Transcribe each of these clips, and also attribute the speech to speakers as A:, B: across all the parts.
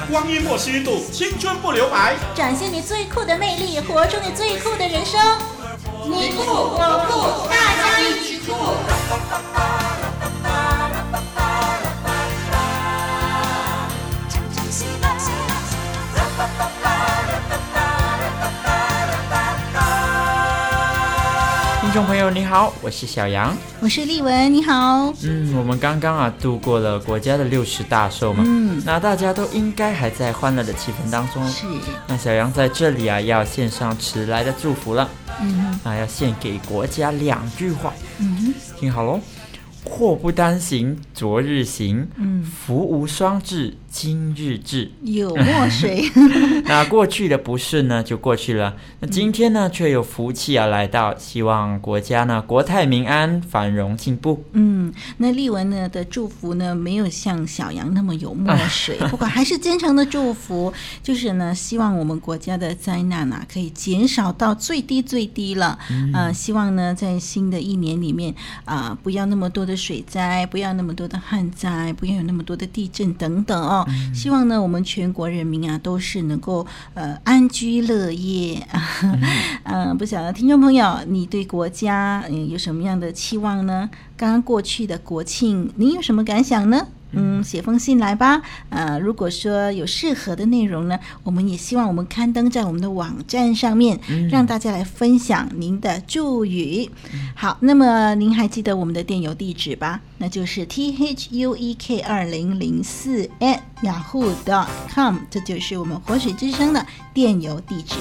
A: 光阴莫虚度，青春不留白，
B: 展现你最酷的魅力，活出你最酷的人生。
C: 你酷我酷，大家一起酷。
D: 听众朋友你好，我是小杨，
B: 我是丽文，你好。
D: 我们刚刚度过了国家的60大寿嘛，那大家都应该还在欢乐的气氛当中。
B: 是。
D: 那小杨在这里要献上迟来的祝福了。要献给国家2句话。听好咯。祸不单行昨日行，福无双至今日至。
B: 有墨水。
D: 那过去的不顺呢就过去了，那今天呢却有福气来到，希望国家呢国泰民安，繁荣进步。
B: 那丽文呢的祝福呢没有像小杨那么有墨水，不过还是真诚的祝福，就是呢希望我们国家的灾难可以减少到最低了。希望呢在新的一年里面不要那么多的水灾，不要那么多的旱灾，不要有那么多的地震等等哦。希望呢我们全国人民都是能够安居乐业。不晓得听众朋友你对国家有什么样的期望呢？刚刚过去的国庆你有什么感想呢？写封信来吧。如果说有适合的内容呢，我们也希望我们刊登在我们的网站上面，让大家来分享您的祝语。好，那么您还记得我们的电邮地址吧？那就是 thuek2004@yahoo.com， 这就是我们活水之声的电邮地址。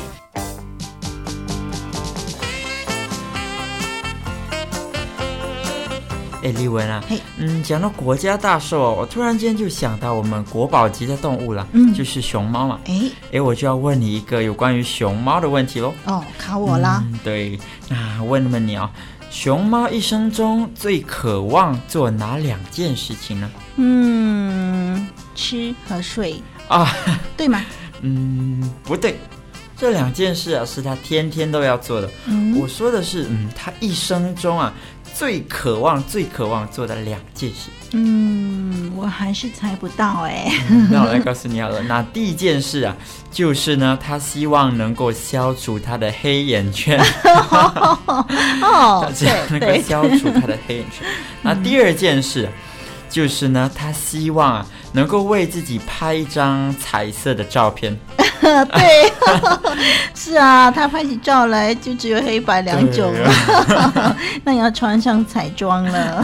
D: 丽文讲到国家大寿我突然间就想到我们国宝级的动物了，就是熊猫嘛。我就要问你一个有关于熊猫的问题咯。
B: 考我啦。
D: 对，那问你熊猫一生中最渴望做哪2件事情呢？
B: 吃和睡对吗？
D: 不对，这2件事是他天天都要做的。我说的是他一生中最渴望做的2件事。
B: 我还是猜不到
D: 那我来告诉你好了。那第一件事就是呢，他希望能够消除他的黑眼圈。他这样能够消除他的黑眼圈。那第2件事就是呢，他希望能够为自己拍一张彩色的照片。
B: 对。是他拍起照来就只有黑白2种了。那也要穿上彩妆了。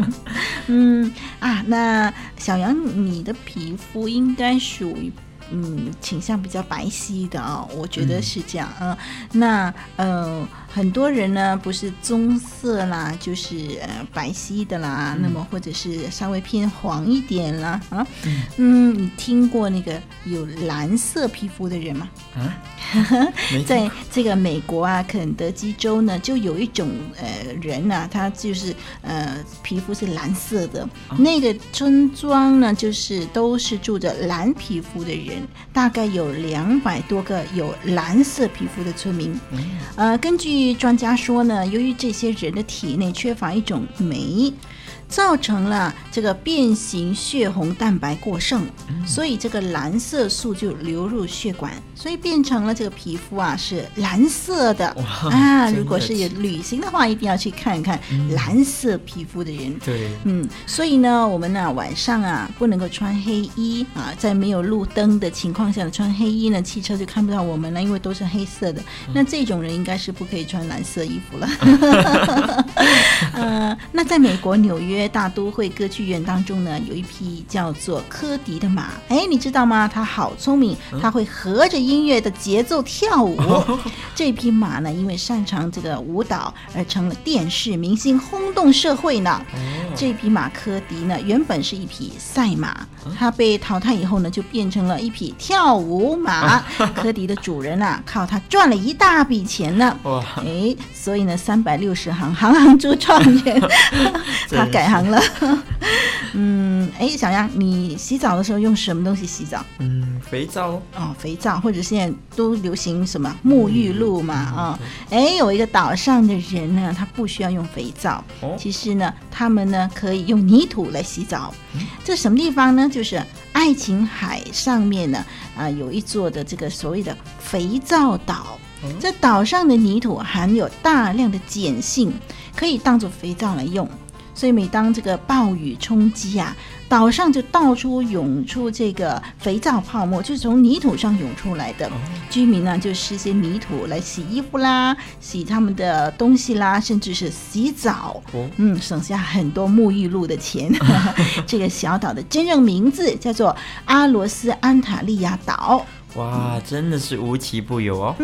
B: 那小杨你的皮肤应该属于倾向比较白皙的我觉得是这样那很多人呢不是棕色啦，就是白皙的啦，那么或者是稍微偏黄一点啦你听过那个有蓝色皮肤的人吗？在这个美国肯德基州呢，就有一种人他就是皮肤是蓝色的。那个村庄呢，就是都是住着蓝皮肤的人，大概有200多个有蓝色皮肤的村民。根据专家说呢，由于这些人的体内缺乏一种酶，造成了这个变形血红蛋白过剩，所以这个蓝色素就流入血管，所以变成了这个皮肤是蓝色的。如果是有旅行的话，一定要去看看蓝色皮肤的人。
D: 对，
B: 所以呢，我们晚上不能够穿黑衣在没有路灯的情况下穿黑衣呢，汽车就看不到我们了，因为都是黑色的。那这种人应该是不可以穿蓝色衣服了。那在美国纽约大都会歌剧院当中呢，有一匹叫做科迪的马。你知道吗？它好聪明，它会合着音乐的节奏跳舞。这匹马呢，因为擅长这个舞蹈而成了电视明星，轰动社会呢。这匹马科迪呢，原本是一匹赛马，它被淘汰以后呢，就变成了一匹跳舞马。科迪的主人靠它赚了一大笔钱呢。所以呢，360行，行行出状元。他改行了。小杨，你洗澡的时候用什么东西洗澡？
D: 肥皂
B: 哦，肥皂，或者现在都流行什么沐浴露嘛有一个岛上的人呢，他不需要用肥皂，其实呢，他们呢可以用泥土来洗澡。这什么地方呢？就是爱琴海上面呢，有一座的这个所谓的肥皂岛。这岛上的泥土含有大量的碱性，可以当作肥皂来用。所以每当这个暴雨冲击岛上就到处涌出这个肥皂泡沫，就是从泥土上涌出来的。居民呢就施些泥土来洗衣服啦，洗他们的东西啦，甚至是洗澡。省下很多沐浴露的钱。这个小岛的真正名字叫做阿罗斯安塔利亚岛。
D: 哇，真的是无奇不有哦。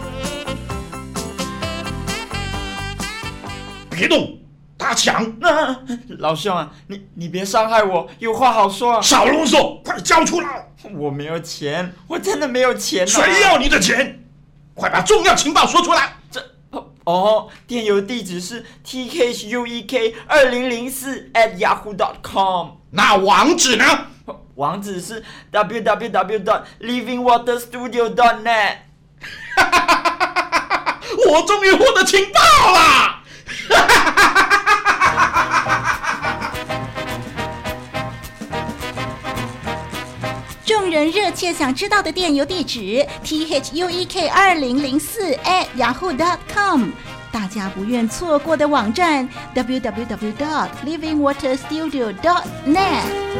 A: 别动，打抢！
D: 老兄啊，你别伤害我，有话好说。
A: 少啰嗦，快交出来！
D: 我没有钱，我真的没有钱。
A: 谁要你的钱？快把重要情报说出来！
D: 电邮地址是 thuek2004@yahoo.com。
A: 那网址呢？
D: 网址是 www.livingwaterstudio.net。
A: 我终于获得情报了！
B: 众人热切想知道的电邮地址 thuek2004@yahoo.com， 大家不愿错过的网站 www.livingwaterstudio.net。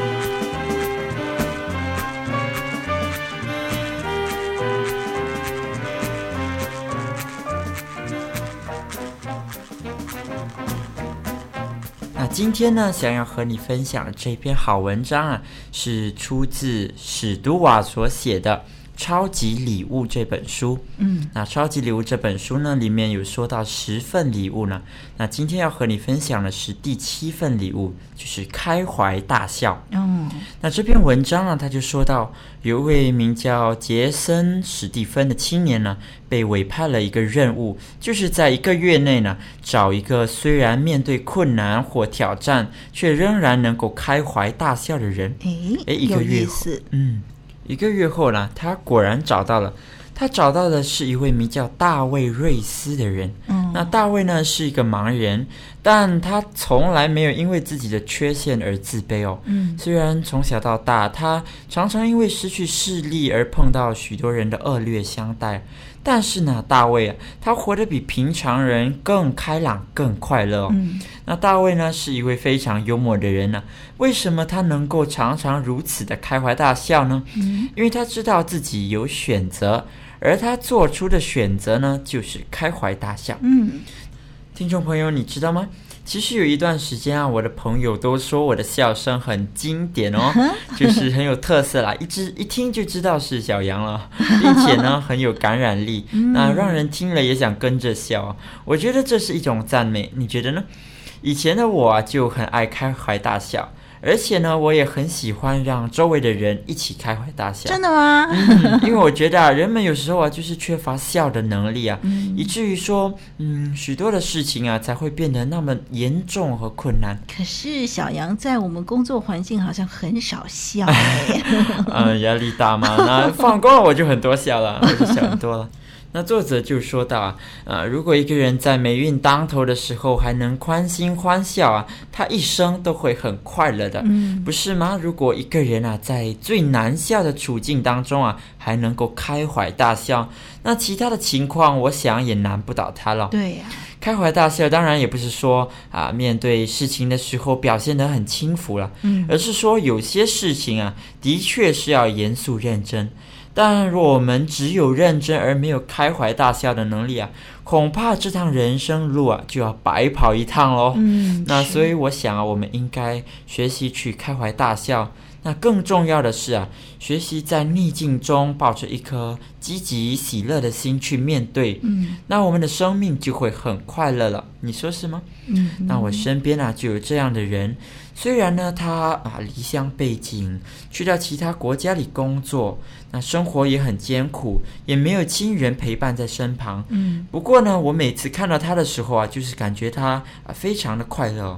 D: 今天呢，想要和你分享的这篇好文章是出自史都瓦所写的《超级礼物》这本书。那《超级礼物》这本书呢，里面有说到10份礼物呢。那今天要和你分享的是第7份礼物，就是开怀大笑。那这篇文章呢，他就说到有一位名叫杰森·史蒂芬的青年呢，被委派了一个任务，就是在1个月内呢，找一个虽然面对困难或挑战，却仍然能够开怀大笑的人。1个月后，1个月后呢，他果然找到了。他找到的是一位名叫大卫·瑞斯的人。那大卫呢是一个盲人，但他从来没有因为自己的缺陷而自卑虽然从小到大，他常常因为失去视力而碰到许多人的恶劣相待，但是呢，大卫他活得比平常人更开朗、更快乐那大卫呢是一位非常幽默的人为什么他能够常常如此的开怀大笑呢？因为他知道自己有选择，而他做出的选择呢，就是开怀大笑。听众朋友，你知道吗？其实有一段时间我的朋友都说我的笑声很经典就是很有特色啦，一听就知道是小杨了，并且呢很有感染力，那让人听了也想跟着笑我觉得这是一种赞美，你觉得呢？以前的我就很爱开怀大笑，而且呢，我也很喜欢让周围的人一起开怀大笑。
B: 真的吗？
D: 因为我觉得人们有时候就是缺乏笑的能力以至于说，许多的事情才会变得那么严重和困难。
B: 可是小杨在我们工作环境好像很少笑
D: 压力大嘛，那放工了我就很多笑了，我就笑很多了。那作者就说到如果一个人在霉运当头的时候还能宽心欢笑他一生都会很快乐的，不是吗？如果一个人在最难笑的处境当中还能够开怀大笑，那其他的情况我想也难不倒他了。
B: 对
D: 开怀大笑当然也不是说面对事情的时候表现得很轻浮了，而是说有些事情的确是要严肃认真。但若我们只有认真而没有开怀大笑的能力恐怕这趟人生路就要白跑一趟咯。那所以我想我们应该学习去开怀大笑。那更重要的是学习在逆境中抱着一颗积极喜乐的心去面对，那我们的生命就会很快乐了，你说是吗？那我身边就有这样的人，虽然呢他离乡背井去到其他国家里工作，那生活也很艰苦，也没有亲人陪伴在身旁，不过呢我每次看到他的时候就是感觉他非常的快乐。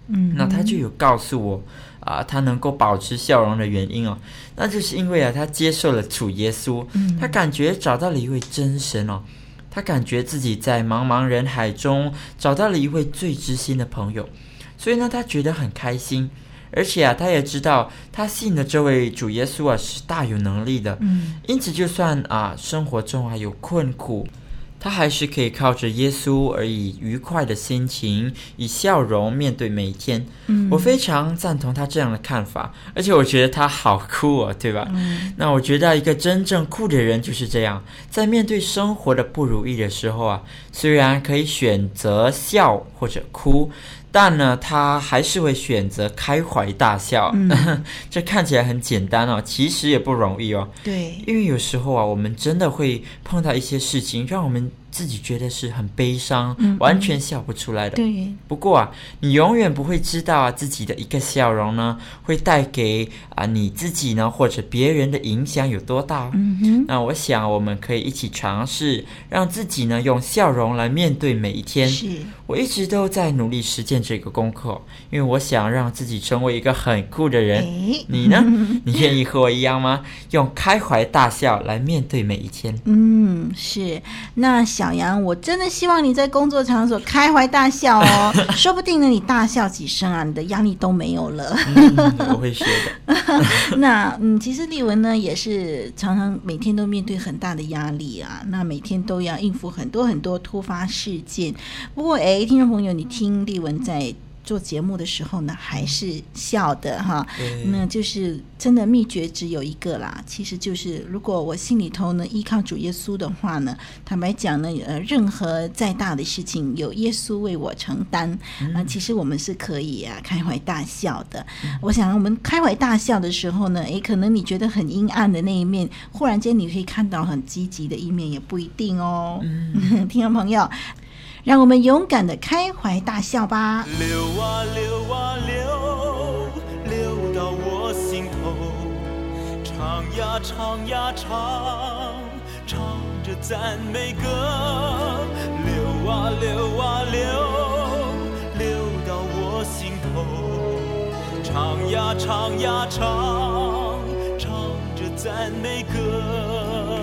D: 那他就有告诉我他能够保持笑容的原因哦，那就是因为他接受了主耶稣，他感觉找到了一位真神哦，他感觉自己在茫茫人海中找到了一位最知心的朋友，所以呢他觉得很开心，而且他也知道他信的这位主耶稣是大有能力的，因此就算生活中有困苦，他还是可以靠着耶稣而以愉快的心情，以笑容面对每一天。我非常赞同他这样的看法，而且我觉得他好酷哦，对吧？那我觉得一个真正酷的人就是这样，在面对生活的不如意的时候虽然可以选择笑或者哭，但呢他还是会选择开怀大笑。这看起来很简单哦，其实也不容易哦。
B: 对，
D: 因为有时候我们真的会碰到一些事情，让我们自己觉得是很悲伤，完全笑不出来的。
B: 对，
D: 不过你永远不会知道自己的一个笑容呢，会带给你自己呢或者别人的影响有多大。那我想我们可以一起尝试，让自己呢用笑容来面对每一天。
B: 是，
D: 我一直都在努力实践这个功课，因为我想让自己成为一个很酷的人。你呢？你愿意和我一样吗？用开怀大笑来面对每一天。
B: 是。那小杨，我真的希望你在工作场所开怀大笑哦，说不定呢你大笑几声你的压力都没有了。
D: 我会学的。
B: 那其实丽文呢也是常常每天都面对很大的压力那每天都要应付很多很多突发事件。不过听众朋友，你听丽文在做节目的时候呢还是笑的那就是真的秘诀只有一个啦，其实就是如果我心里头呢依靠主耶稣的话呢，坦白讲呢任何再大的事情有耶稣为我承担其实我们是可以开怀大笑的。我想我们开怀大笑的时候呢可能你觉得很阴暗的那一面，忽然间你可以看到很积极的一面，也不一定哦。听众朋友，让我们勇敢的开怀大笑吧。
E: 流啊流啊流，流到我心头，唱呀唱呀唱，唱着赞美歌。流啊流啊流，流到我心头，唱呀唱呀唱，唱着赞美歌。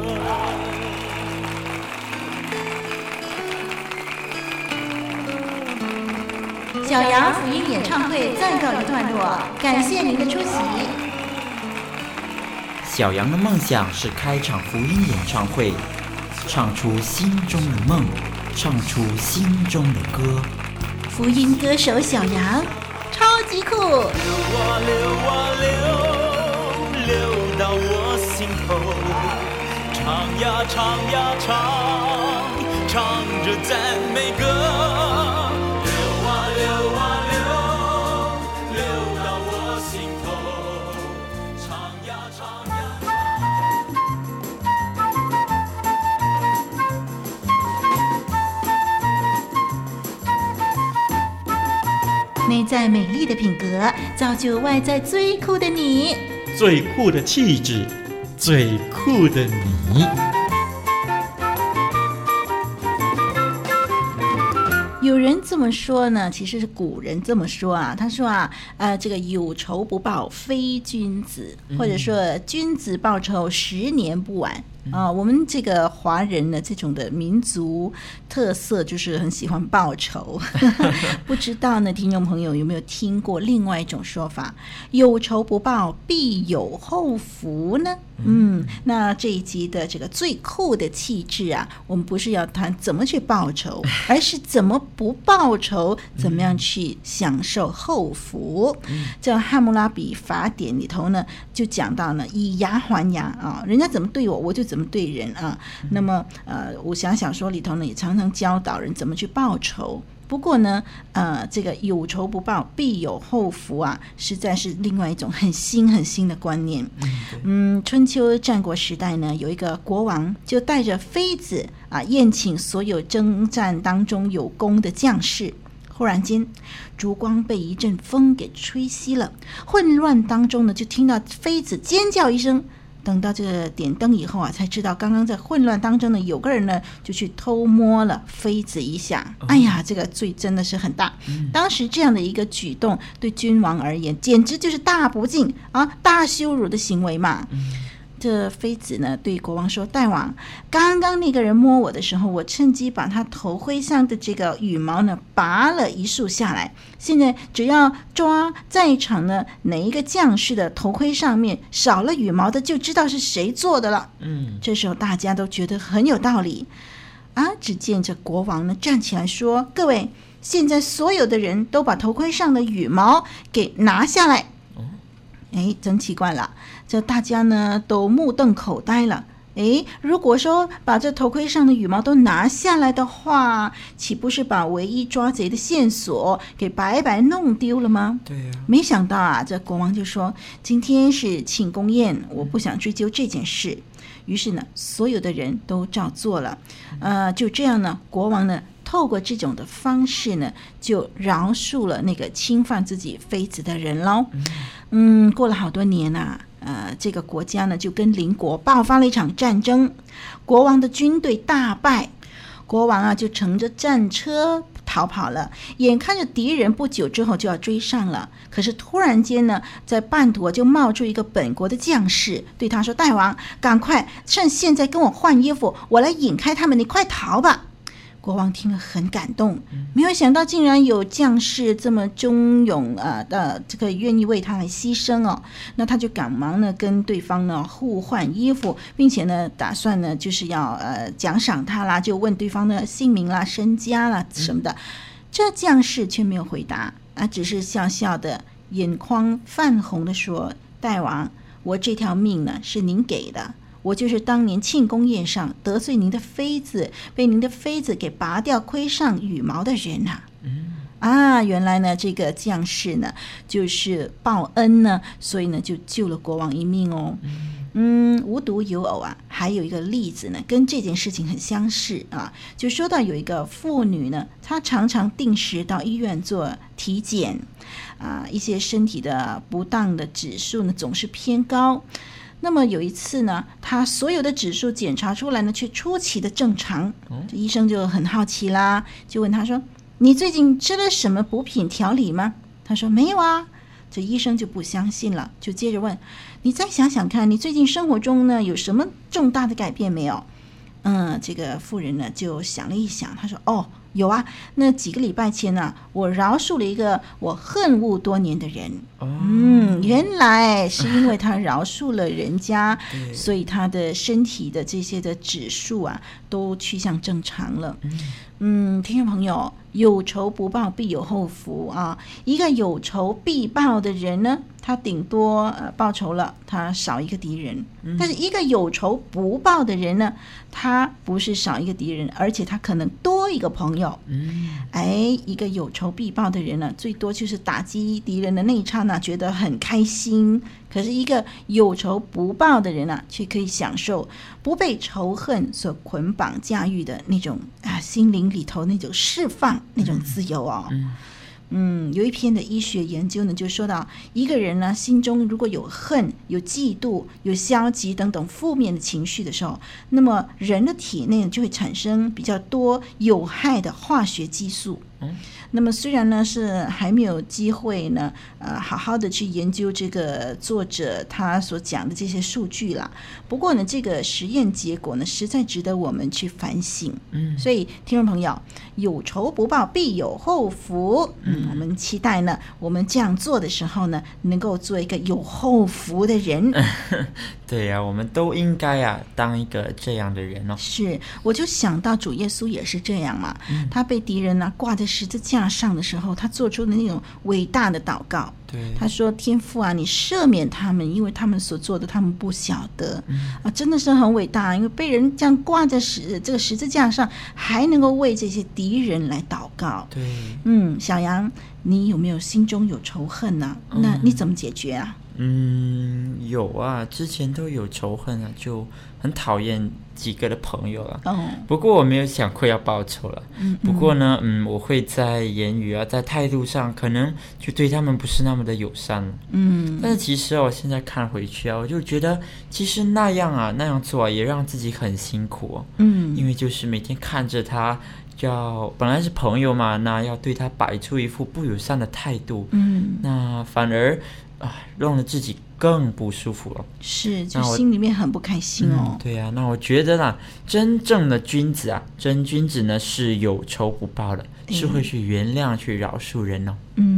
B: 小杨福音演唱会暂告一段落，感谢您的出席。
D: 小杨的梦想是开场福音演唱会，唱出心中的梦，唱出心中的歌。
B: 福音歌手小杨，超级酷！流
E: 啊流啊流，流到我心头，唱呀唱呀唱，唱着赞美歌。
B: 内在美丽的品格造就外在最酷的你，
A: 最酷的气质，最酷的你。
B: 有人这么说呢，其实是古人这么说他说这个有仇不报非君子，或者说君子报仇10年不晚。我们这个华人呢，这种的民族特色就是很喜欢报仇。不知道呢，听众朋友有没有听过另外一种说法，有仇不报必有后福呢？那这一集的这个最酷的气质我们不是要谈怎么去报仇，而是怎么不报仇，怎么样去享受后福。这汉谟拉比法典里头呢，就讲到呢，以牙还牙人家怎么对我，我就怎么对人那么武侠小说里头呢，也常常教导人怎么去报仇。不过呢这个有仇不报必有后福实在是另外一种很新很新的观念。春秋战国时代呢，有一个国王就带着妃子宴请所有征战当中有功的将士。忽然间烛光被一阵风给吹熄了，混乱当中呢，就听到妃子尖叫一声， 等到这个点灯以后啊，才知道刚刚在混乱当中呢，有个人呢就去偷摸了妃子一下。哎呀，这个罪真的是很大。当时这样的一个举动，对君王而言，简直就是大不敬啊，大羞辱的行为嘛。这妃子呢对国王说：“大王，刚刚那个人摸我的时候，我趁机把他头盔上的这个羽毛呢拔了一束下来。现在只要抓在场呢哪一个将士的头盔上面少了羽毛的，就知道是谁做的了。”这时候大家都觉得很有道理啊。只见这国王呢站起来说：“各位，现在所有的人都把头盔上的羽毛给拿下来。”哎，真奇怪了，这大家呢都目瞪口呆了。哎，如果说把这头盔上的羽毛都拿下来的话，岂不是把唯一抓贼的线索给白白弄丢了吗？
D: 对呀。
B: 没想到啊，这国王就说：“今天是庆功宴，我不想追究这件事。”于是呢，所有的人都照做了。就这样呢，国王呢透过这种的方式呢，就饶恕了那个侵犯自己妃子的人喽。过了好多年啊，这个国家呢就跟邻国爆发了一场战争，国王的军队大败，国王啊就乘着战车逃跑了，眼看着敌人不久之后就要追上了。可是突然间呢，在半途就冒出一个本国的将士，对他说：“大王，赶快趁现在跟我换衣服，我来引开他们，你快逃吧。”国王听了很感动，没有想到竟然有将士这么忠勇这个愿意为他来牺牲哦。那他就赶忙呢跟对方呢互换衣服，并且呢打算呢就是要奖赏他啦，就问对方的姓名啦、身家啦什么的。这将士却没有回答啊，只是笑笑的，眼眶泛红的说：“大王，我这条命呢是您给的。我就是当年庆功宴上得罪您的妃子，被您的妃子给拔掉盔上羽毛的人啊！原来呢，这个将士呢，就是报恩呢，所以呢，就救了国王一命哦。无独有偶啊，还有一个例子呢，跟这件事情很相似啊。就说到有一个妇女呢，她常常定时到医院做体检一些身体的不当的指数呢，总是偏高。那么有一次呢，他所有的指数检查出来呢，却出奇的正常。这医生就很好奇啦，就问他说：“你最近吃了什么补品调理吗？”他说：“没有啊。”这医生就不相信了，就接着问：“你再想想看，你最近生活中呢有什么重大的改变没有？”这个妇人呢就想了一想，她说：“哦，有啊，那几个礼拜前呢，我饶恕了一个我恨恶多年的人。原来是因为他饶恕了人家，所以他的身体的这些的指数啊，都趋向正常了。听众朋友，有仇不报必有后福啊！一个有仇必报的人呢，他顶多报仇了，他少一个敌人；但是一个有仇不报的人呢，他不是少一个敌人，而且他可能多一个朋友。一个有仇必报的人呢，最多就是打击敌人的那一刹那觉得很开心，可是一个有仇不报的人却可以享受不被仇恨所捆绑驾驭的那种心灵里头那种释放，那种自由哦。有一篇的医学研究呢，就说到一个人呢心中如果有恨、有嫉妒、有消极等等负面的情绪的时候，那么人的体内就会产生比较多有害的化学激素。那么虽然呢是还没有机会呢好好的去研究这个作者他所讲的这些数据啦，不过呢这个实验结果呢实在值得我们去反省。所以听众朋友，有仇不报必有后福。我们期待呢我们这样做的时候呢，能够做一个有后福的人。
D: 对呀，我们都应该当一个这样的人哦。
B: 是，我就想到主耶稣也是这样嘛。他被敌人挂在十字架上的时候，他做出的那种伟大的祷告。他说：“天父啊，你赦免他们，因为他们所做的他们不晓得。”真的是很伟大，因为被人这样挂在这个十字架上，还能够为这些敌人来祷告。
D: 对，
B: 小杨，你有没有心中有仇恨呢？那你怎么解决啊？
D: 有啊，之前都有仇恨啊，就很讨厌几个的朋友了。不过我没有想过要报仇了。不过呢，我会在言语啊，在态度上，可能就对他们不是那么的友善了。但是其实我现在看回去啊，我就觉得其实那样做啊，也让自己很辛苦。因为就是每天看着他。本来是朋友嘛，那要对他摆出一副不友善的态度，那反而让了自己更不舒服了。
B: 是，就心里面很不开心哦。
D: 对啊，那我觉得啦，真正的君子啊，真君子呢是有仇不报的，是会去原谅、去饶恕人哦。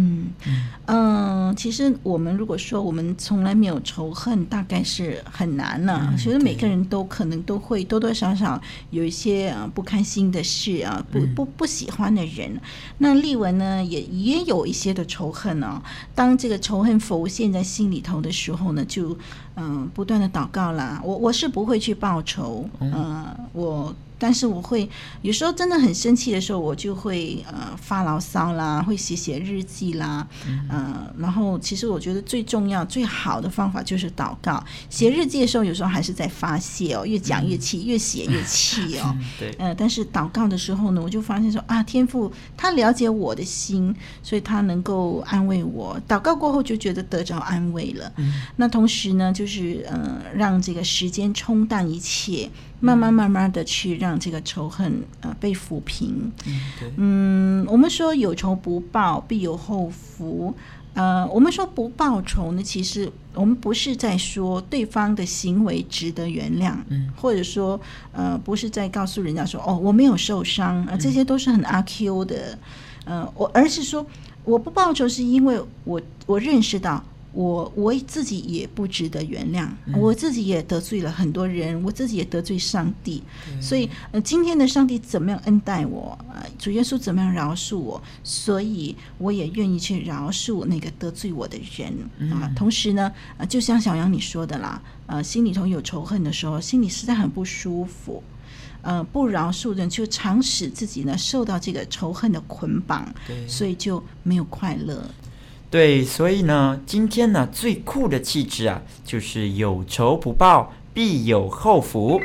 B: 其实我们如果说我们从来没有仇恨，大概是很难了。其实每个人都可能都会多多少少有一些不开心的事啊，不喜欢的人。那丽文呢，也有一些的仇恨哦。当这个仇恨浮现在心里头的时候呢，就不断的祷告啦。我是不会去报仇，但是我会有时候真的很生气的时候，我就会发牢骚啦，会写日记啦，然后其实我觉得最重要最好的方法就是祷告。写日记的时候有时候还是在发泄哦，越讲越气，越写越气哦。
D: 对，
B: 但是祷告的时候呢，我就发现说天父他了解我的心，所以他能够安慰我。祷告过后就觉得得着安慰了。那同时呢，就是让这个时间冲淡一切。慢慢的去让这个仇恨被抚平。我们说有仇不报必有后福。我们说不报仇呢，其实我们不是在说对方的行为值得原谅，或者说不是在告诉人家说我没有受伤，这些都是很阿 Q 的。而是说我不报仇是因为我认识到我自己也不值得原谅，我自己也得罪了很多人，我自己也得罪上帝，所以今天的上帝怎么样恩待我，主耶稣怎么样饶恕我，所以我也愿意去饶恕那个得罪我的人。同时呢，就像小杨你说的啦，心里头有仇恨的时候，心里实在很不舒服。不饶恕人就常使自己呢受到这个仇恨的捆绑，所以就没有快乐。
D: 对，所以呢，今天呢最酷的气质啊，就是有仇不报，必有后福。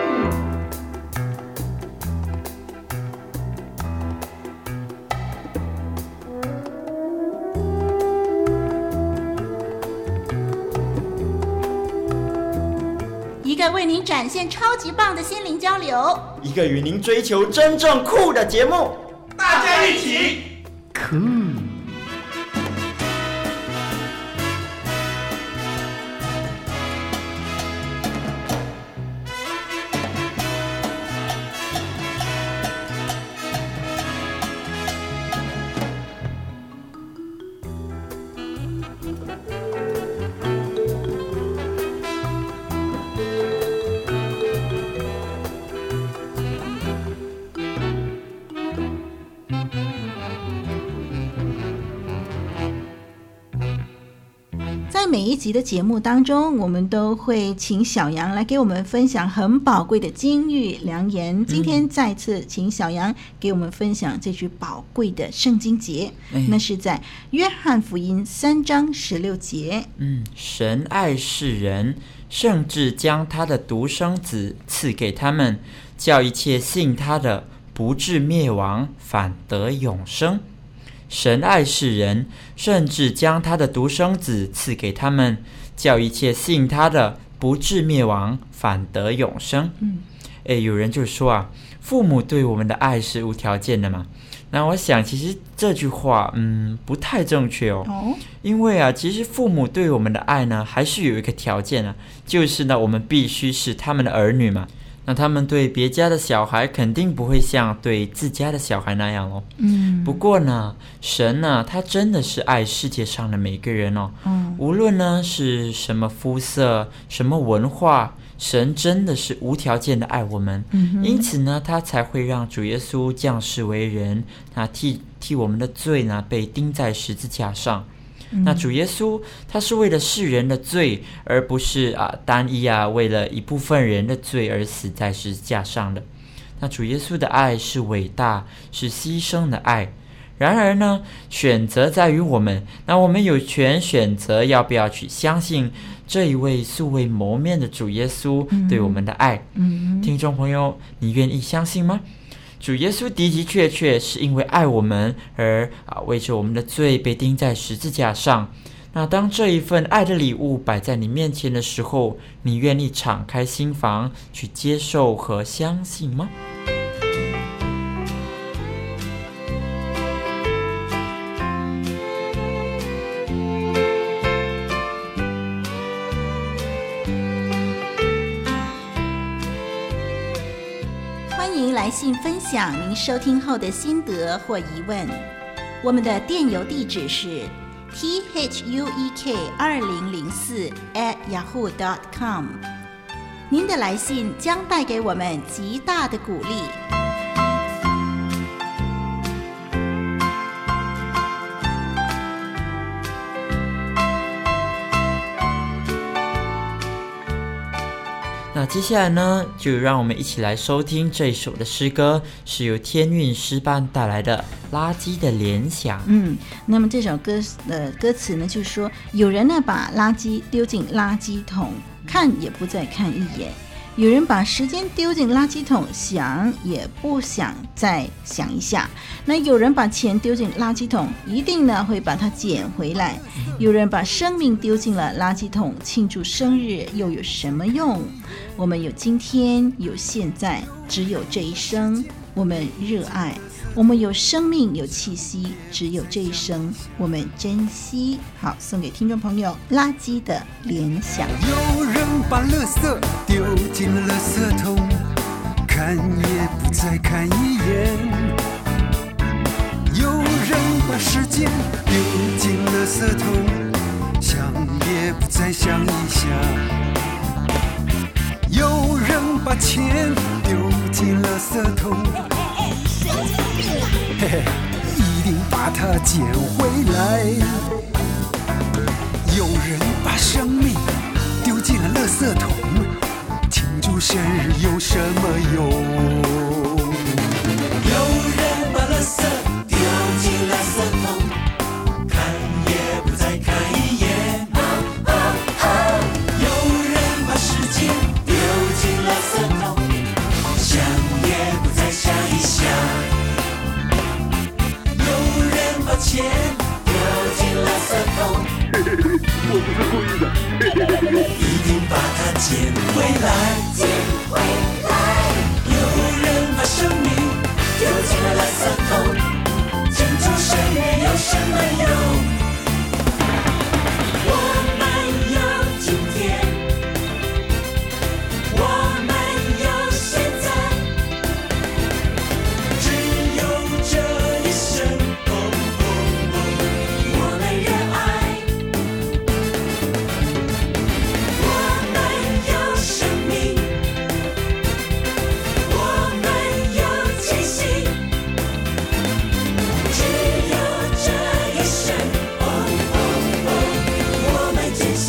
C: 一个为您展现超级棒的心灵交流，
D: 一个与您追求真正酷的节目，
A: 大家一起
D: 酷。
B: 在每一集的节目当中，我们都会请小杨来给我们分享很宝贵的金玉良言。今天再次请小杨给我们分享这句宝贵的圣经节，那是在约翰福音3章16节。
D: 神爱世人，甚至将他的独生子赐给他们，叫一切信他的不至灭亡，反得永生。神爱世人，甚至将他的独生子赐给他们，叫一切信他的不至灭亡，反得永生。有人就说父母对我们的爱是无条件的嘛。那我想其实这句话不太正确哦。因为其实父母对我们的爱呢还是有一个条件就是呢我们必须是他们的儿女嘛。那他们对别家的小孩肯定不会像对自家的小孩那样哦。不过呢，神呢，他真的是爱世界上的每个人哦。无论呢是什么肤色、什么文化，神真的是无条件的爱我们。因此呢，他才会让主耶稣降世为人，他替我们的罪呢被钉在十字架上。那主耶稣他是为了世人的罪，而不是单一为了一部分人的罪而死在十字架上的。那主耶稣的爱是伟大，是牺牲的爱。 然而呢，选择在于我们，那我们有权选择要不要去相信这一位素未谋面的主耶稣对我们的爱。听众朋友，你愿意相信吗？主耶稣的的确确是因为爱我们而为着我们的罪被钉在十字架上。那当这一份爱的礼物摆在你面前的时候，你愿意敞开心房去接受和相信吗？
C: 欢迎来信分享您收听后的心得或疑问。我们的电邮地址是THUEK2004@yahoo.com。您的来信将带给我们极大的鼓励。
D: 那接下来呢，就让我们一起来收听这一首的诗歌，是由天韵诗班带来的《垃圾的联想》。
B: 那么这首歌的歌词呢，就是说有人呢把垃圾丢进垃圾桶，看也不再看一眼；有人把时间丢进垃圾桶，想也不想再想一下。那有人把钱丢进垃圾桶，一定呢会把它捡回来。有人把生命丢进了垃圾桶，庆祝生日又有什么用？我们有今天，有现在，只有这一生。我们热爱，我们有生命，有气息，只有这一生，我们珍惜。好，送给听众朋友垃圾的联想。
F: 有人把垃圾丢进了垃圾桶，看也不再看一眼；有人把时间丢进垃圾桶，想也不再想一下；有人把钱丢进垃圾桶，嘿嘿，一定把它捡回来。有人把生命丢进了垃圾桶，庆祝生日有什么用？
E: 有人把垃圾丢进垃圾桶，看也不再看一眼。有人把时间丢进垃圾桶，想也不再想一想。有人把钱丢进垃圾桶，
F: 我不是故意的，
E: 一定把它捡回来。有人把生命丢进了垃圾桶，庆祝生日有什么用？我们有今天，我们有现在，只有这一生。我们热爱，我们有生命，我们有气息，只有这一生。我们珍惜，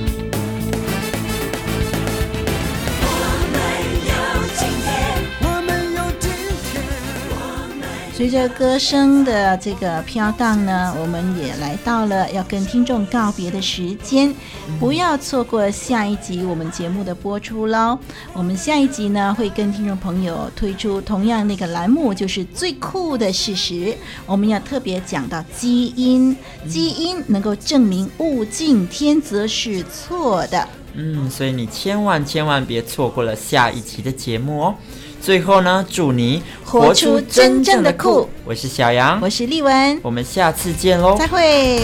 E: 我们有今天，
F: 我们有今天。
B: 随着歌声的这个飘荡呢，我们也来到了要跟听众告别的时间，不要错过下一集我们节目的播出喽。我们下一集呢会跟听众朋友推出同样那个栏目，就是最酷的事实。我们要特别讲到基因，基因能够证明物竞天择是错的。
D: 所以你千万别错过了下一集的节目哦。最后呢，祝你
B: 活出真正的酷。
D: 我是小杨，
B: 我是丽文，
D: 我们下次见喽，
B: 再会。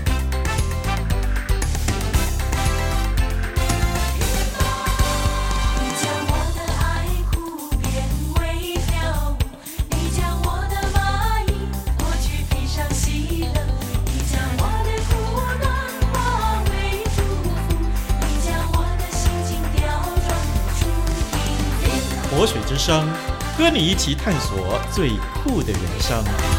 E: 你将我的爱哭变为跳舞，你将我的蚂蚁过去披上喜乐，你将我的苦难化为祝福，你将我的心情调转出平静。
A: 活水之声，和你一起探索最酷的人生。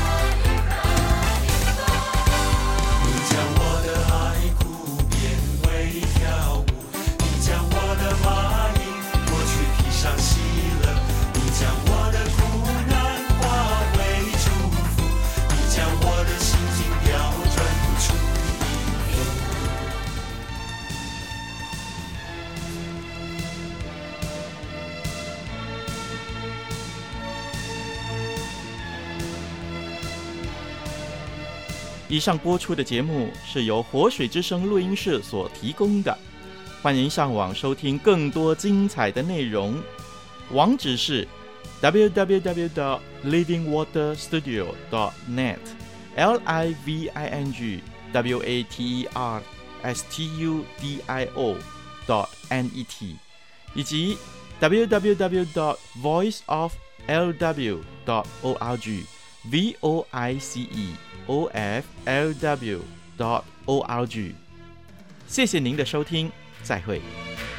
E: 你将我的爱哭变为跳舞，你将我的蚂蚁过去披上喜乐，你将我的苦难化为祝福，你将我
A: 以上播出的节目是由活水之声录音室所提供的，欢迎上网收听更多精彩的内容，网址是 www.livingwaterstudio.net livingwaterstudio.net 以及 www.voiceoflw.org voiceoflw.org。谢谢您的收听，再会。